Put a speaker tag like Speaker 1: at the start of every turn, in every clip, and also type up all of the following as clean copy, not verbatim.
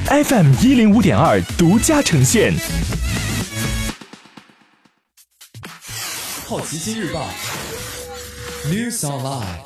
Speaker 1: FM105.2独家呈现。
Speaker 2: 好奇心日报 News Online。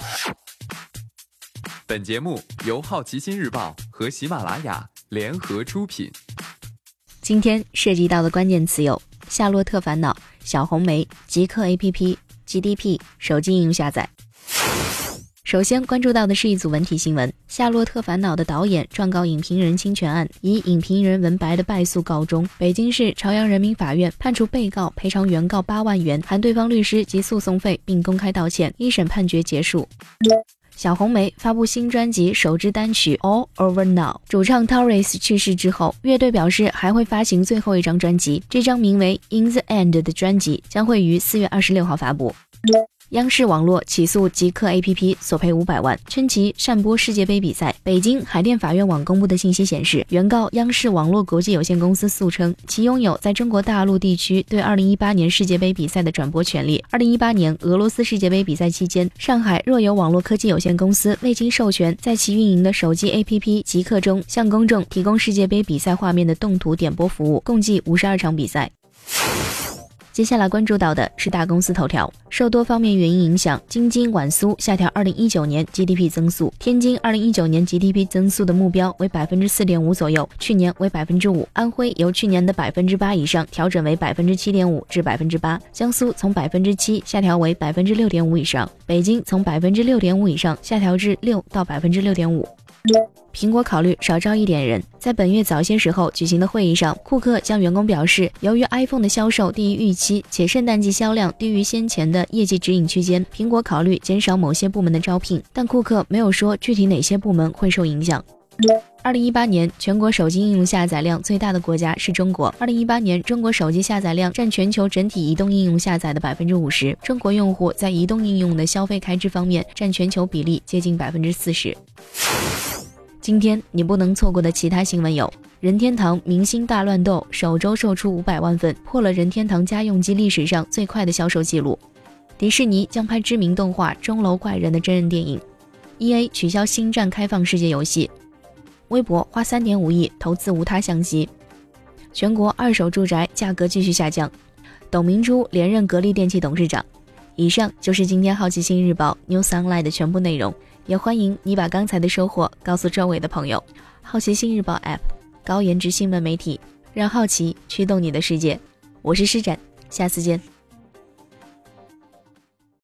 Speaker 2: 本节目由好奇心日报和喜马拉雅联合出品。
Speaker 3: 今天涉及到的关键词有夏洛特烦恼、小红莓、极客 APP、GDP、手机应用下载。首先关注到的是一组文体新闻，夏洛特烦恼的导演状告影评人侵权案以影评人文白的败诉告终。北京市朝阳人民法院判处被告赔偿原告8万元，含对方律师及诉讼费，并公开道歉。一审判决结束。小红莓发布新专辑首支单曲 All Over Now， 主唱 Torres 去世之后，乐队表示还会发行最后一张专辑，这张名为 In the End 的专辑将会于4月26号发布。央视网络起诉极客 APP 索赔500万，称其散播世界杯比赛。北京海淀法院网公布的信息显示，原告央视网络国际有限公司诉称，其拥有在中国大陆地区对2018年世界杯比赛的转播权利。2018年俄罗斯世界杯比赛期间，上海若有网络科技有限公司未经授权，在其运营的手机 APP 极客中向公众提供世界杯比赛画面的动图点播服务，共计52场比赛。接下来关注到的是大公司头条，受多方面原因影响，京津皖苏下调2019年 GDP 增速，天津2019年 GDP 增速的目标为 4.5% 左右，去年为 5%， 安徽由去年的 8% 以上调整为 7.5% 至 8%， 江苏从 7% 下调为 6.5% 以上，北京从 6.5% 以上下调至6到 6.5%。苹果考虑少招1点人。在本月早些时候举行的会议上，库克向员工表示，由于 iPhone 的销售低于预期，且圣诞季销量低于先前的业绩指引区间，苹果考虑减少某些部门的招聘，但库克没有说具体哪些部门会受影响。2018年全国手机应用下载量最大的国家是中国。2018年中国手机下载量占全球整体移动应用下载的 50%， 中国用户在移动应用的消费开支方面占全球比例接近 40%。今天你不能错过的其他新闻有：任天堂明星大乱斗首周售出500万份，破了任天堂家用机历史上最快的销售记录；迪士尼将拍知名动画《钟楼怪人》的真人电影；EA 取消星战开放世界游戏；微博花3.5亿投资无他相机；全国二手住宅价格继续下降；董明珠连任格力电器董事长。以上就是今天好奇心日报 News Online 的全部内容，也欢迎你把刚才的收获告诉周围的朋友。好奇心日报 App， 高颜值新闻媒体，让好奇驱动你的世界。我是施展，下次见。